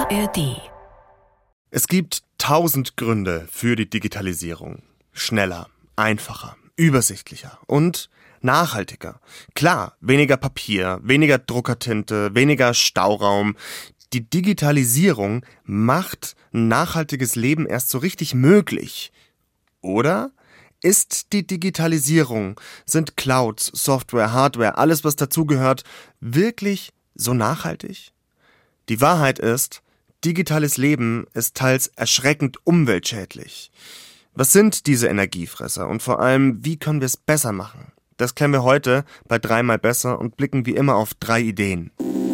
ARD. Es gibt 1000 Gründe für die Digitalisierung. Schneller, einfacher, übersichtlicher und nachhaltiger. Klar, weniger Papier, weniger Druckertinte, weniger Stauraum. Die Digitalisierung macht ein nachhaltiges Leben erst so richtig möglich. Oder? Ist die Digitalisierung, sind Clouds, Software, Hardware, alles was dazugehört, wirklich so nachhaltig? Die Wahrheit ist, digitales Leben ist teils erschreckend umweltschädlich. Was sind diese Energiefresser und vor allem, wie können wir es besser machen? Das klären wir heute bei 3x besser und blicken wie immer auf 3 Ideen.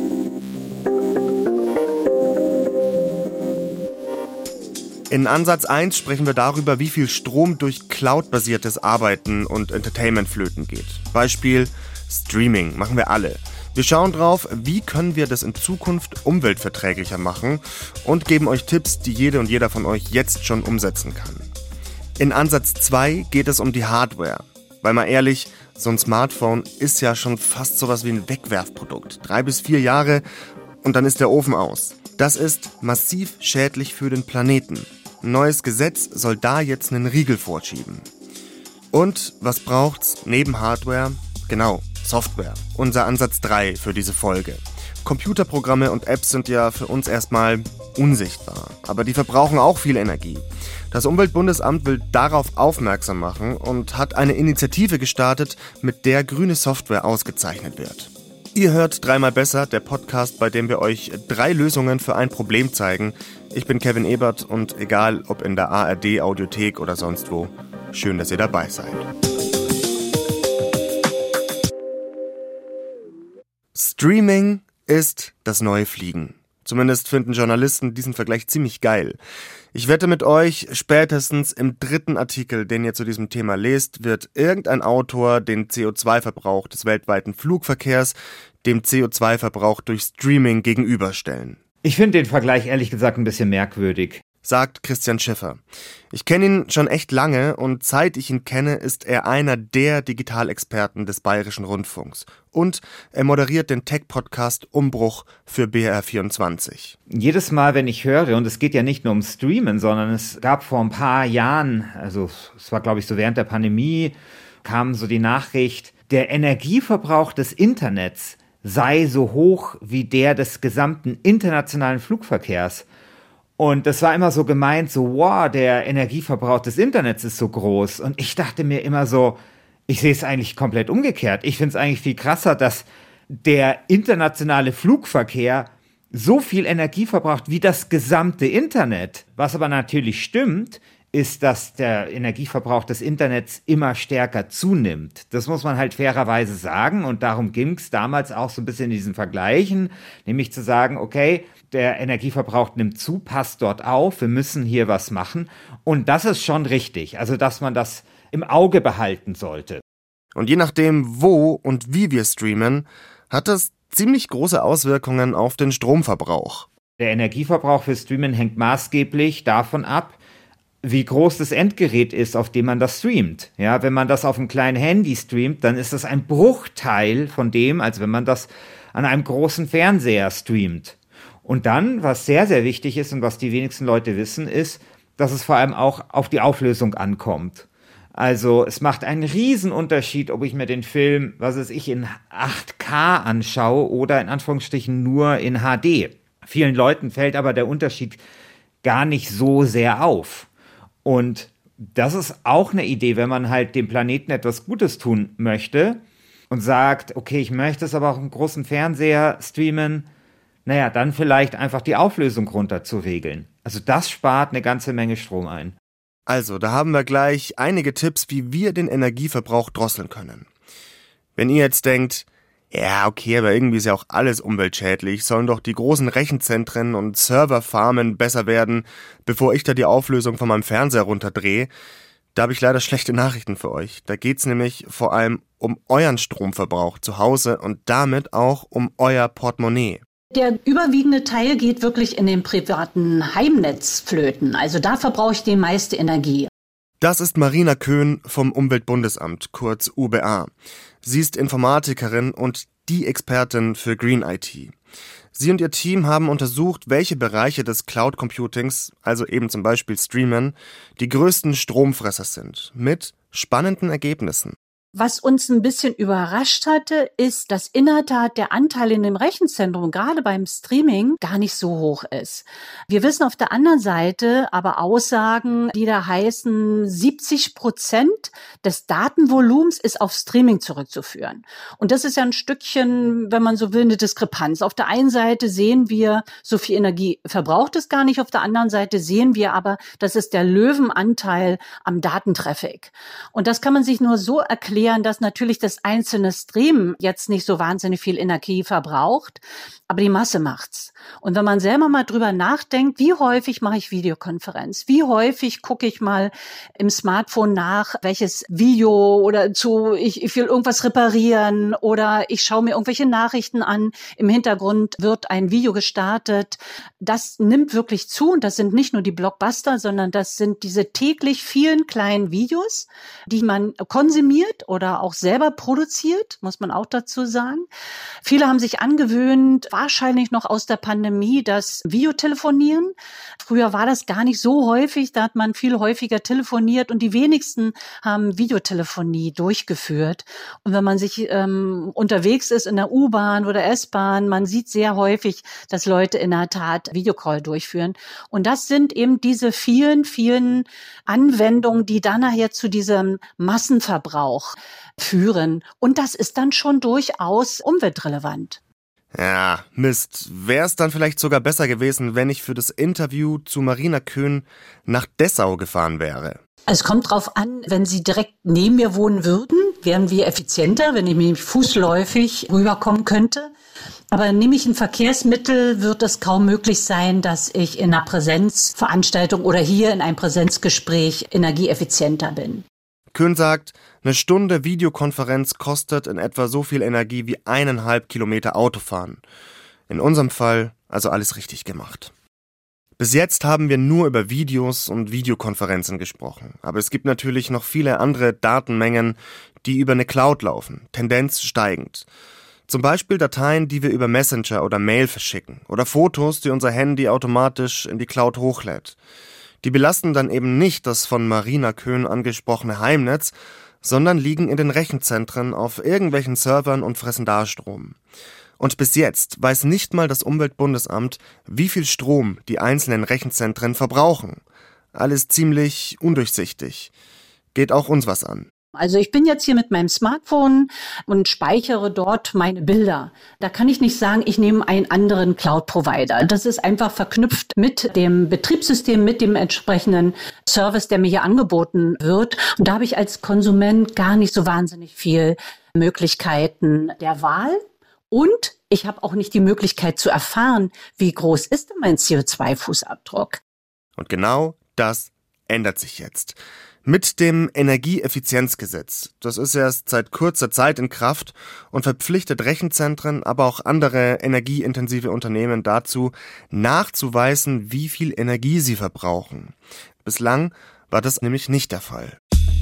In Ansatz 1 sprechen wir darüber, wie viel Strom durch Cloud-basiertes Arbeiten und Entertainment flöten geht. Beispiel Streaming, machen wir alle. Wir schauen drauf, wie können wir das in Zukunft umweltverträglicher machen und geben euch Tipps, die jede und jeder von euch jetzt schon umsetzen kann. In Ansatz 2 geht es um die Hardware. Weil mal ehrlich, so ein Smartphone ist ja schon fast sowas wie ein Wegwerfprodukt. 3 bis 4 Jahre und dann ist der Ofen aus. Das ist massiv schädlich für den Planeten. Ein neues Gesetz soll da jetzt einen Riegel vorschieben. Und was braucht's neben Hardware? Genau, Software. Unser Ansatz 3 für diese Folge. Computerprogramme und Apps sind ja für uns erstmal unsichtbar, aber die verbrauchen auch viel Energie. Das Umweltbundesamt will darauf aufmerksam machen und hat eine Initiative gestartet, mit der grüne Software ausgezeichnet wird. Ihr hört 3x besser, der Podcast, bei dem wir euch 3 Lösungen für ein Problem zeigen. Ich bin Kevin Ebert und egal ob in der ARD, Audiothek oder sonst wo, schön, dass ihr dabei seid. Streaming ist das neue Fliegen. Zumindest finden Journalisten diesen Vergleich ziemlich geil. Ich wette mit euch, spätestens im 3. Artikel, den ihr zu diesem Thema lest, wird irgendein Autor den CO2-Verbrauch des weltweiten Flugverkehrs dem CO2-Verbrauch durch Streaming gegenüberstellen. Ich finde den Vergleich ehrlich gesagt ein bisschen merkwürdig, sagt Christian Schiffer. Ich kenne ihn schon echt lange und seit ich ihn kenne, ist er einer der Digitalexperten des Bayerischen Rundfunks. Und er moderiert den Tech-Podcast Umbruch für BR24. Jedes Mal, wenn ich höre, und es geht ja nicht nur um Streamen, sondern es gab vor ein paar Jahren, also es war glaube ich so während der Pandemie, kam so die Nachricht, der Energieverbrauch des Internets sei so hoch wie der des gesamten internationalen Flugverkehrs. Und das war immer so gemeint, so, wow, der Energieverbrauch des Internets ist so groß. Und ich dachte mir immer so, ich sehe es eigentlich komplett umgekehrt. Ich finde es eigentlich viel krasser, dass der internationale Flugverkehr so viel Energie verbraucht wie das gesamte Internet. Was aber natürlich stimmt, ist, dass der Energieverbrauch des Internets immer stärker zunimmt. Das muss man halt fairerweise sagen und darum ging es damals auch so ein bisschen in diesen Vergleichen, nämlich zu sagen, okay, der Energieverbrauch nimmt zu, passt dort auf, wir müssen hier was machen und das ist schon richtig, also dass man das im Auge behalten sollte. Und je nachdem, wo und wie wir streamen, hat das ziemlich große Auswirkungen auf den Stromverbrauch. Der Energieverbrauch für Streamen hängt maßgeblich davon ab, wie groß das Endgerät ist, auf dem man das streamt. Ja, wenn man das auf einem kleinen Handy streamt, dann ist das ein Bruchteil von dem, als wenn man das an einem großen Fernseher streamt. Und dann, was sehr, sehr wichtig ist und was die wenigsten Leute wissen, ist, dass es vor allem auch auf die Auflösung ankommt. Also es macht einen riesen Unterschied, ob ich mir den Film, was weiß ich, in 8K anschaue oder in Anführungsstrichen nur in HD. Vielen Leuten fällt aber der Unterschied gar nicht so sehr auf. Und das ist auch eine Idee, wenn man halt dem Planeten etwas Gutes tun möchte und sagt, okay, ich möchte es aber auch im großen Fernseher streamen, naja, dann vielleicht einfach die Auflösung runter zu regeln. Also das spart eine ganze Menge Strom ein. Also, da haben wir gleich einige Tipps, wie wir den Energieverbrauch drosseln können. Wenn ihr jetzt denkt, ja, okay, aber irgendwie ist ja auch alles umweltschädlich, sollen doch die großen Rechenzentren und Serverfarmen besser werden, bevor ich da die Auflösung von meinem Fernseher runterdrehe. Da habe ich leider schlechte Nachrichten für euch. Da geht's nämlich vor allem um euren Stromverbrauch zu Hause und damit auch um euer Portemonnaie. Der überwiegende Teil geht wirklich in den privaten Heimnetz flöten. Also da verbrauche ich die meiste Energie. Das ist Marina Köhn vom Umweltbundesamt, kurz UBA. Sie ist Informatikerin und die Expertin für Green IT. Sie und ihr Team haben untersucht, welche Bereiche des Cloud Computings, also eben zum Beispiel Streamen, die größten Stromfresser sind, mit spannenden Ergebnissen. Was uns ein bisschen überrascht hatte, ist, dass in der Tat der Anteil in dem Rechenzentrum, gerade beim Streaming, gar nicht so hoch ist. Wir wissen auf der anderen Seite aber Aussagen, die da heißen, 70% des Datenvolumens ist auf Streaming zurückzuführen. Und das ist ja ein Stückchen, wenn man so will, eine Diskrepanz. Auf der einen Seite sehen wir, so viel Energie verbraucht es gar nicht. Auf der anderen Seite sehen wir aber, das ist der Löwenanteil am Datentraffic. Und das kann man sich nur so erklären, dass natürlich das einzelne Stream jetzt nicht so wahnsinnig viel Energie verbraucht, aber die Masse macht's. Und wenn man selber mal drüber nachdenkt, wie häufig mache ich Videokonferenz? Wie häufig gucke ich mal im Smartphone nach, welches Video oder ich will irgendwas reparieren oder ich schaue mir irgendwelche Nachrichten an. Im Hintergrund wird ein Video gestartet. Das nimmt wirklich zu und das sind nicht nur die Blockbuster, sondern das sind diese täglich vielen kleinen Videos, die man konsumiert oder auch selber produziert, muss man auch dazu sagen. Viele haben sich angewöhnt, wahrscheinlich noch aus der Pandemie, das Videotelefonieren. Früher war das gar nicht so häufig, da hat man viel häufiger telefoniert und die wenigsten haben Videotelefonie durchgeführt. Und wenn man sich unterwegs ist in der U-Bahn oder S-Bahn, man sieht sehr häufig, dass Leute in der Tat Videocall durchführen. Und das sind eben diese vielen, vielen Anwendungen, die dann nachher zu diesem Massenverbrauch führen. Und das ist dann schon durchaus umweltrelevant. Ja, Mist. Wäre es dann vielleicht sogar besser gewesen, wenn ich für das Interview zu Marina Köhn nach Dessau gefahren wäre? Es kommt drauf an, wenn Sie direkt neben mir wohnen würden, wären wir effizienter, wenn ich nämlich fußläufig rüberkommen könnte. Aber nehme ich ein Verkehrsmittel, wird es kaum möglich sein, dass ich in einer Präsenzveranstaltung oder hier in einem Präsenzgespräch energieeffizienter bin. Köhn sagt, eine Stunde Videokonferenz kostet in etwa so viel Energie wie 1,5 Kilometer Autofahren. In unserem Fall also alles richtig gemacht. Bis jetzt haben wir nur über Videos und Videokonferenzen gesprochen. Aber es gibt natürlich noch viele andere Datenmengen, die über eine Cloud laufen, Tendenz steigend. Zum Beispiel Dateien, die wir über Messenger oder Mail verschicken. Oder Fotos, die unser Handy automatisch in die Cloud hochlädt. Die belasten dann eben nicht das von Marina Köhn angesprochene Heimnetz, sondern liegen in den Rechenzentren auf irgendwelchen Servern und fressen da Strom. Und bis jetzt weiß nicht mal das Umweltbundesamt, wie viel Strom die einzelnen Rechenzentren verbrauchen. Alles ziemlich undurchsichtig. Geht auch uns was an. Also ich bin jetzt hier mit meinem Smartphone und speichere dort meine Bilder. Da kann ich nicht sagen, ich nehme einen anderen Cloud-Provider. Das ist einfach verknüpft mit dem Betriebssystem, mit dem entsprechenden Service, der mir hier angeboten wird. Und da habe ich als Konsument gar nicht so wahnsinnig viel Möglichkeiten der Wahl. Und ich habe auch nicht die Möglichkeit zu erfahren, wie groß ist denn mein CO2-Fußabdruck. Und genau das ändert sich jetzt. Mit dem Energieeffizienzgesetz. Das ist erst seit kurzer Zeit in Kraft und verpflichtet Rechenzentren, aber auch andere energieintensive Unternehmen dazu, nachzuweisen, wie viel Energie sie verbrauchen. Bislang war das nämlich nicht der Fall.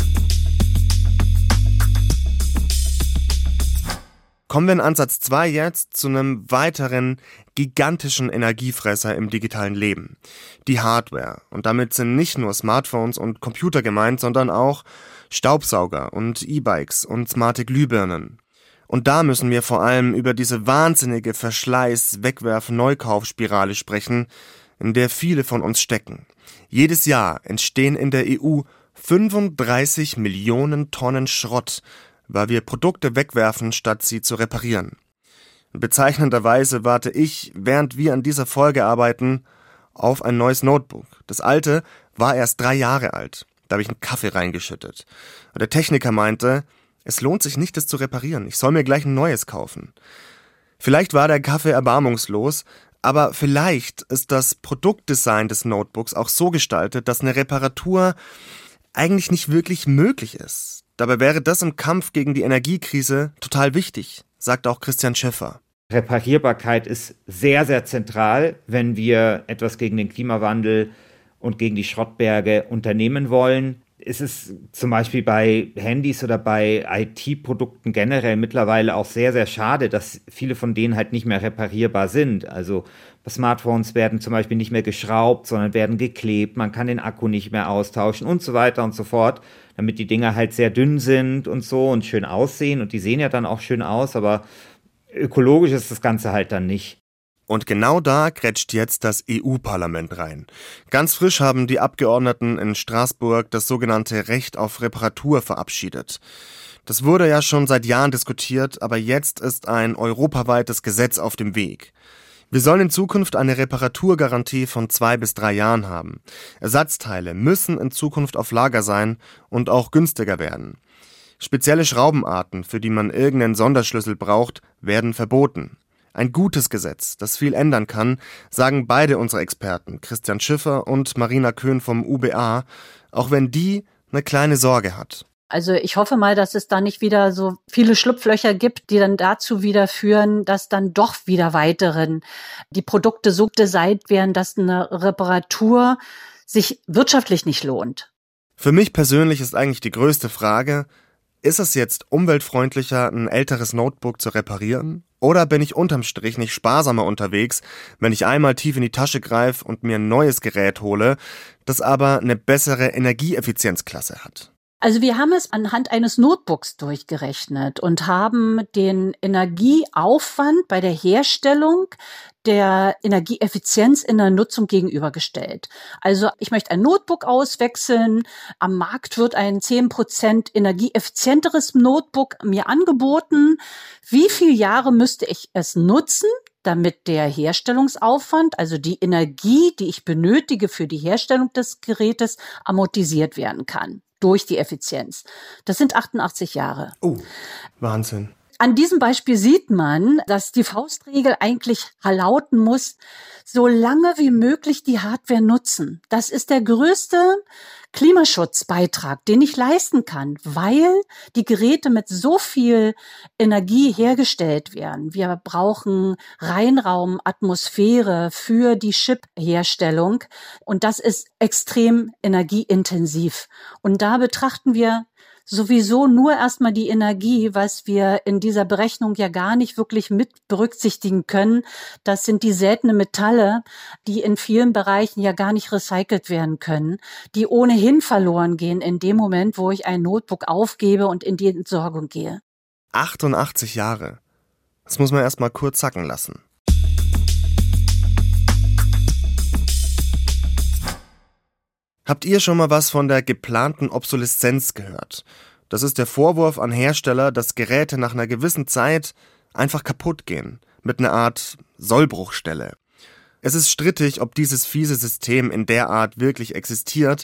Kommen wir in Ansatz 2 jetzt zu einem weiteren gigantischen Energiefresser im digitalen Leben. Die Hardware. Und damit sind nicht nur Smartphones und Computer gemeint, sondern auch Staubsauger und E-Bikes und smarte Glühbirnen. Und da müssen wir vor allem über diese wahnsinnige Verschleiß-Wegwerf-Neukaufspirale sprechen, in der viele von uns stecken. Jedes Jahr entstehen in der EU 35 Millionen Tonnen Schrott, weil wir Produkte wegwerfen, statt sie zu reparieren. Bezeichnenderweise warte ich, während wir an dieser Folge arbeiten, auf ein neues Notebook. Das alte war erst 3 Jahre alt. Da habe ich einen Kaffee reingeschüttet. Und der Techniker meinte, es lohnt sich nicht, das zu reparieren. Ich soll mir gleich ein neues kaufen. Vielleicht war der Kaffee erbarmungslos, aber vielleicht ist das Produktdesign des Notebooks auch so gestaltet, dass eine Reparatur eigentlich nicht wirklich möglich ist. Dabei wäre das im Kampf gegen die Energiekrise total wichtig, sagt auch Christian Schiffer. Reparierbarkeit ist sehr, sehr zentral, wenn wir etwas gegen den Klimawandel und gegen die Schrottberge unternehmen wollen. Es ist zum Beispiel bei Handys oder bei IT-Produkten generell mittlerweile auch sehr, sehr schade, dass viele von denen halt nicht mehr reparierbar sind. Also Smartphones werden zum Beispiel nicht mehr geschraubt, sondern werden geklebt. Man kann den Akku nicht mehr austauschen und so weiter und so fort, damit die Dinger halt sehr dünn sind und so und schön aussehen. Und die sehen ja dann auch schön aus, aber ökologisch ist das Ganze halt dann nicht. Und genau da grätscht jetzt das EU-Parlament rein. Ganz frisch haben die Abgeordneten in Straßburg das sogenannte Recht auf Reparatur verabschiedet. Das wurde ja schon seit Jahren diskutiert, aber jetzt ist ein europaweites Gesetz auf dem Weg. Wir sollen in Zukunft eine Reparaturgarantie von 2 bis 3 Jahren haben. Ersatzteile müssen in Zukunft auf Lager sein und auch günstiger werden. Spezielle Schraubenarten, für die man irgendeinen Sonderschlüssel braucht, werden verboten. Ein gutes Gesetz, das viel ändern kann, sagen beide unsere Experten, Christian Schiffer und Marina Köhn vom UBA, auch wenn die eine kleine Sorge hat. Also ich hoffe mal, dass es da nicht wieder so viele Schlupflöcher gibt, die dann dazu wieder führen, dass dann doch wieder weiteren die Produkte so designt werden, dass eine Reparatur sich wirtschaftlich nicht lohnt. Für mich persönlich ist eigentlich die größte Frage, ist es jetzt umweltfreundlicher, ein älteres Notebook zu reparieren? Oder bin ich unterm Strich nicht sparsamer unterwegs, wenn ich einmal tief in die Tasche greife und mir ein neues Gerät hole, das aber eine bessere Energieeffizienzklasse hat? Also wir haben es anhand eines Notebooks durchgerechnet und haben den Energieaufwand bei der Herstellung der Energieeffizienz in der Nutzung gegenübergestellt. Also ich möchte ein Notebook auswechseln. Am Markt wird ein 10% energieeffizienteres Notebook mir angeboten. Wie viele Jahre müsste ich es nutzen, damit der Herstellungsaufwand, also die Energie, die ich benötige für die Herstellung des Gerätes, amortisiert werden kann durch die Effizienz? Das sind 88 Jahre. Oh, Wahnsinn. An diesem Beispiel sieht man, dass die Faustregel eigentlich lauten muss, so lange wie möglich die Hardware nutzen. Das ist der größte Klimaschutzbeitrag, den ich leisten kann, weil die Geräte mit so viel Energie hergestellt werden. Wir brauchen Reinraum, Atmosphäre für die Chip-Herstellung und das ist extrem energieintensiv. Und da betrachten wir sowieso nur erstmal die Energie, was wir in dieser Berechnung ja gar nicht wirklich mit berücksichtigen können. Das sind die seltenen Metalle, die in vielen Bereichen ja gar nicht recycelt werden können, die ohnehin verloren gehen in dem Moment, wo ich ein Notebook aufgebe und in die Entsorgung gehe. 88 Jahre. Das muss man erst mal kurz sacken lassen. Habt ihr schon mal was von der geplanten Obsoleszenz gehört? Das ist der Vorwurf an Hersteller, dass Geräte nach einer gewissen Zeit einfach kaputt gehen, mit einer Art Sollbruchstelle. Es ist strittig, ob dieses fiese System in der Art wirklich existiert,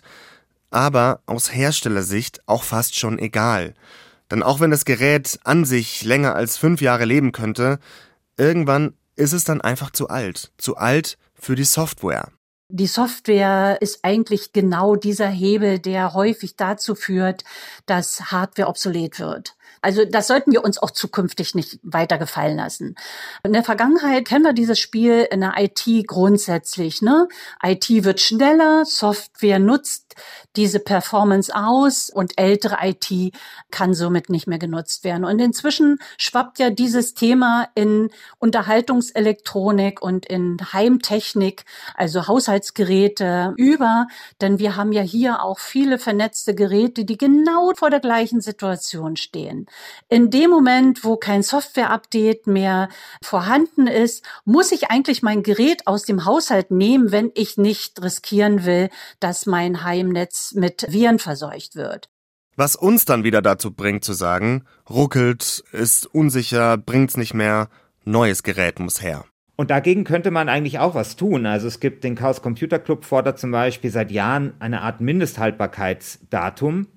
aber aus Herstellersicht auch fast schon egal. Denn auch wenn das Gerät an sich länger als 5 Jahre leben könnte, irgendwann ist es dann einfach zu alt für die Software. Die Software ist eigentlich genau dieser Hebel, der häufig dazu führt, dass Hardware obsolet wird. Also das sollten wir uns auch zukünftig nicht weiter gefallen lassen. In der Vergangenheit kennen wir dieses Spiel in der IT grundsätzlich. IT wird schneller, Software nutzt diese Performance aus und ältere IT kann somit nicht mehr genutzt werden. Und inzwischen schwappt ja dieses Thema in Unterhaltungselektronik und in Heimtechnik, also Haushaltsgeräte über, denn wir haben ja hier auch viele vernetzte Geräte, die genau vor der gleichen Situation stehen. In dem Moment, wo kein Software-Update mehr vorhanden ist, muss ich eigentlich mein Gerät aus dem Haushalt nehmen, wenn ich nicht riskieren will, dass mein Heimnetz mit Viren verseucht wird. Was uns dann wieder dazu bringt zu sagen, ruckelt, ist unsicher, bringt's nicht mehr, neues Gerät muss her. Und dagegen könnte man eigentlich auch was tun. Also es gibt den Chaos Computer Club, fordert zum Beispiel seit Jahren eine Art Mindesthaltbarkeitsdatum.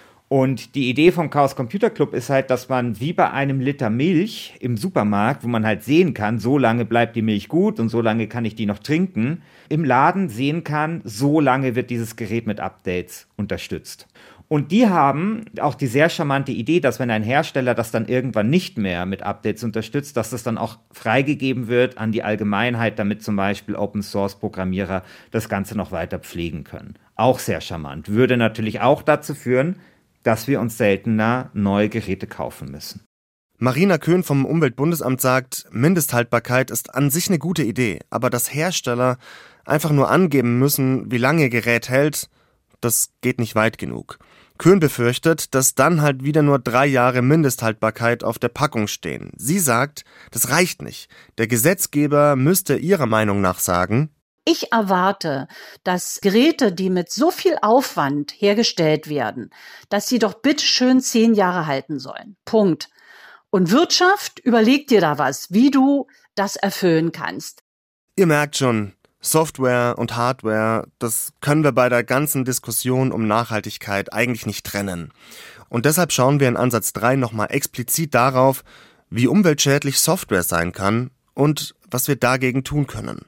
Und die Idee vom Chaos Computer Club ist halt, dass man wie bei einem Liter Milch im Supermarkt, wo man halt sehen kann, so lange bleibt die Milch gut und so lange kann ich die noch trinken, im Laden sehen kann, so lange wird dieses Gerät mit Updates unterstützt. Und die haben auch die sehr charmante Idee, dass wenn ein Hersteller das dann irgendwann nicht mehr mit Updates unterstützt, dass das dann auch freigegeben wird an die Allgemeinheit, damit zum Beispiel Open-Source-Programmierer das Ganze noch weiter pflegen können. Auch sehr charmant. Würde natürlich auch dazu führen, dass wir uns seltener neue Geräte kaufen müssen. Marina Köhn vom Umweltbundesamt sagt, Mindesthaltbarkeit ist an sich eine gute Idee, aber dass Hersteller einfach nur angeben müssen, wie lange ihr Gerät hält, das geht nicht weit genug. Köhn befürchtet, dass dann halt wieder nur 3 Jahre Mindesthaltbarkeit auf der Packung stehen. Sie sagt, das reicht nicht. Der Gesetzgeber müsste ihrer Meinung nach sagen: Ich erwarte, dass Geräte, die mit so viel Aufwand hergestellt werden, dass sie doch bitteschön 10 Jahre halten sollen. Punkt. Und Wirtschaft, überleg dir da was, wie du das erfüllen kannst. Ihr merkt schon, Software und Hardware, das können wir bei der ganzen Diskussion um Nachhaltigkeit eigentlich nicht trennen. Und deshalb schauen wir in Ansatz 3 nochmal explizit darauf, wie umweltschädlich Software sein kann und was wir dagegen tun können.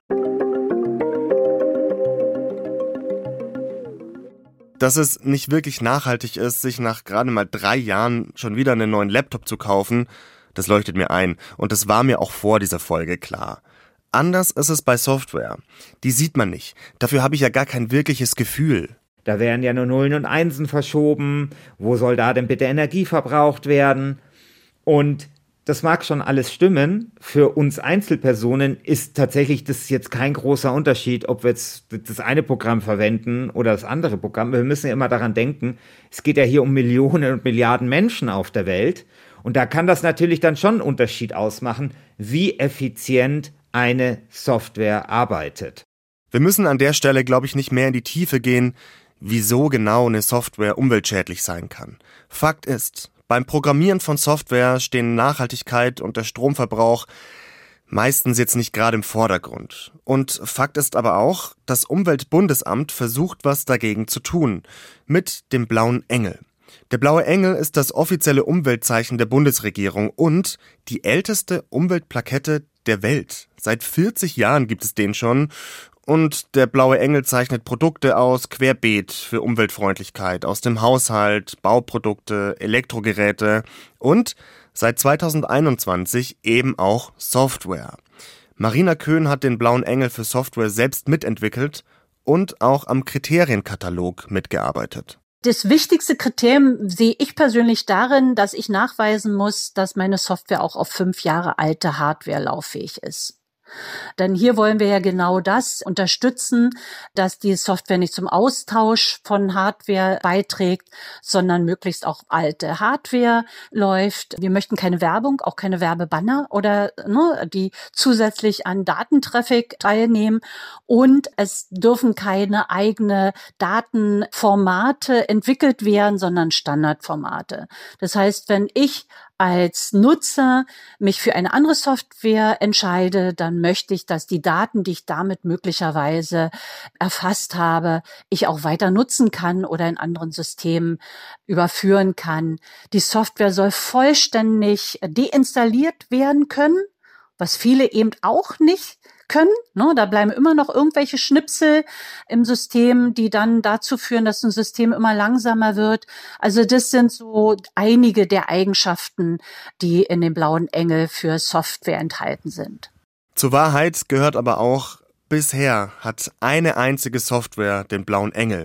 Dass es nicht wirklich nachhaltig ist, sich nach gerade mal 3 Jahren schon wieder einen neuen Laptop zu kaufen, das leuchtet mir ein. Und das war mir auch vor dieser Folge klar. Anders ist es bei Software. Die sieht man nicht. Dafür habe ich ja gar kein wirkliches Gefühl. Da werden ja nur Nullen und Einsen verschoben. Wo soll da denn bitte Energie verbraucht werden? Und das mag schon alles stimmen. Für uns Einzelpersonen ist tatsächlich das jetzt kein großer Unterschied, ob wir jetzt das eine Programm verwenden oder das andere Programm. Wir müssen ja immer daran denken, es geht ja hier um Millionen und Milliarden Menschen auf der Welt. Und da kann das natürlich dann schon einen Unterschied ausmachen, wie effizient eine Software arbeitet. Wir müssen an der Stelle, glaube ich, nicht mehr in die Tiefe gehen, wieso genau eine Software umweltschädlich sein kann. Fakt ist, beim Programmieren von Software stehen Nachhaltigkeit und der Stromverbrauch meistens jetzt nicht gerade im Vordergrund. Und Fakt ist aber auch, das Umweltbundesamt versucht, was dagegen zu tun. Mit dem Blauen Engel. Der Blaue Engel ist das offizielle Umweltzeichen der Bundesregierung und die älteste Umweltplakette der Welt. Seit 40 Jahren gibt es den schon. Und der Blaue Engel zeichnet Produkte aus, querbeet für Umweltfreundlichkeit, aus dem Haushalt, Bauprodukte, Elektrogeräte und seit 2021 eben auch Software. Marina Köhn hat den Blauen Engel für Software selbst mitentwickelt und auch am Kriterienkatalog mitgearbeitet. Das wichtigste Kriterium sehe ich persönlich darin, dass ich nachweisen muss, dass meine Software auch auf 5 Jahre alte Hardware lauffähig ist. Denn hier wollen wir ja genau das unterstützen, dass die Software nicht zum Austausch von Hardware beiträgt, sondern möglichst auch alte Hardware läuft. Wir möchten keine Werbung, auch keine Werbebanner oder die zusätzlich an Datentraffic teilnehmen. Und es dürfen keine eigene Datenformate entwickelt werden, sondern Standardformate. Das heißt, wenn ich als Nutzer mich für eine andere Software entscheide, dann möchte ich, dass die Daten, die ich damit möglicherweise erfasst habe, ich auch weiter nutzen kann oder in anderen Systemen überführen kann. Die Software soll vollständig deinstalliert werden können, was viele eben auch nicht können. Da bleiben immer noch irgendwelche Schnipsel im System, die dann dazu führen, dass ein System immer langsamer wird. Also das sind so einige der Eigenschaften, die in dem Blauen Engel für Software enthalten sind. Zur Wahrheit gehört aber auch, bisher hat eine einzige Software den Blauen Engel.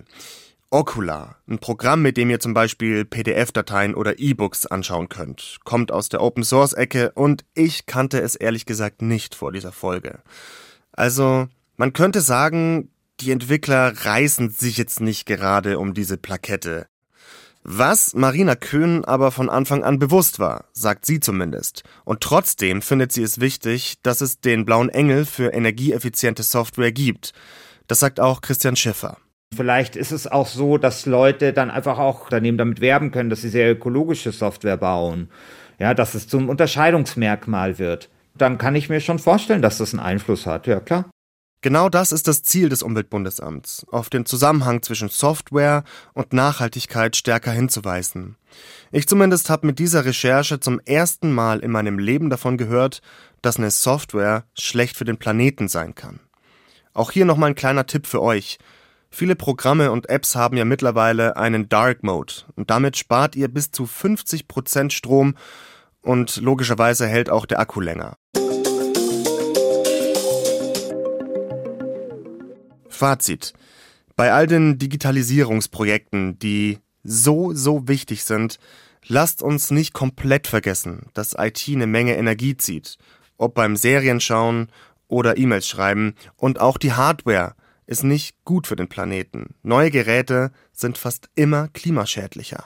Okular, ein Programm, mit dem ihr zum Beispiel PDF-Dateien oder E-Books anschauen könnt, kommt aus der Open-Source-Ecke und ich kannte es ehrlich gesagt nicht vor dieser Folge. Also, man könnte sagen, die Entwickler reißen sich jetzt nicht gerade um diese Plakette. Was Marina Köhn aber von Anfang an bewusst war, sagt sie zumindest. Und trotzdem findet sie es wichtig, dass es den Blauen Engel für energieeffiziente Software gibt. Das sagt auch Christian Schiffer. Vielleicht ist es auch so, dass Leute dann einfach auch Unternehmen damit werben können, dass sie sehr ökologische Software bauen. Ja, dass es zum Unterscheidungsmerkmal wird. Dann kann ich mir schon vorstellen, dass das einen Einfluss hat. Ja, klar. Genau das ist das Ziel des Umweltbundesamts, auf den Zusammenhang zwischen Software und Nachhaltigkeit stärker hinzuweisen. Ich zumindest habe mit dieser Recherche zum ersten Mal in meinem Leben davon gehört, dass eine Software schlecht für den Planeten sein kann. Auch hier nochmal ein kleiner Tipp für euch. Viele Programme und Apps haben ja mittlerweile einen Dark Mode und damit spart ihr bis zu 50% Strom und logischerweise hält auch der Akku länger. Fazit. Bei all den Digitalisierungsprojekten, die so wichtig sind, lasst uns nicht komplett vergessen, dass IT eine Menge Energie zieht. Ob beim Serienschauen oder E-Mails schreiben. Und auch die Hardware ist nicht gut für den Planeten. Neue Geräte sind fast immer klimaschädlicher.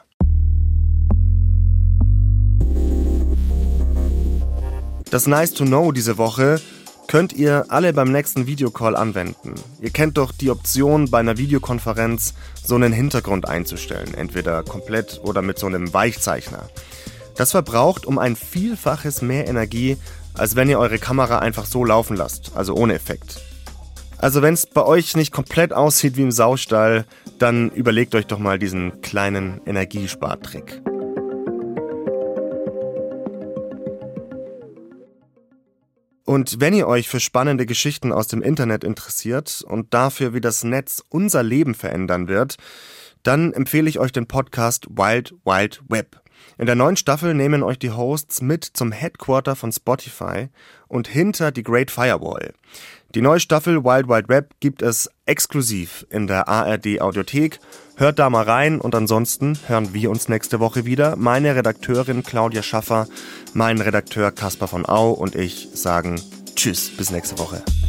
Das Nice to Know diese Woche könnt ihr alle beim nächsten Videocall anwenden. Ihr kennt doch die Option, bei einer Videokonferenz so einen Hintergrund einzustellen, entweder komplett oder mit so einem Weichzeichner. Das verbraucht um ein Vielfaches mehr Energie, als wenn ihr eure Kamera einfach so laufen lasst, also ohne Effekt. Also wenn es bei euch nicht komplett aussieht wie im Saustall, dann überlegt euch doch mal diesen kleinen Energiespartrick. Und wenn ihr euch für spannende Geschichten aus dem Internet interessiert und dafür, wie das Netz unser Leben verändern wird, dann empfehle ich euch den Podcast Wild Wild Web. In der neuen Staffel nehmen euch die Hosts mit zum Headquarter von Spotify und hinter die Great Firewall. Die neue Staffel Wild Wild Web gibt es exklusiv in der ARD Audiothek. Hört da mal rein und ansonsten hören wir uns nächste Woche wieder. Meine Redakteurin Claudia Schaffer, mein Redakteur Caspar von Au und ich sagen Tschüss, bis nächste Woche.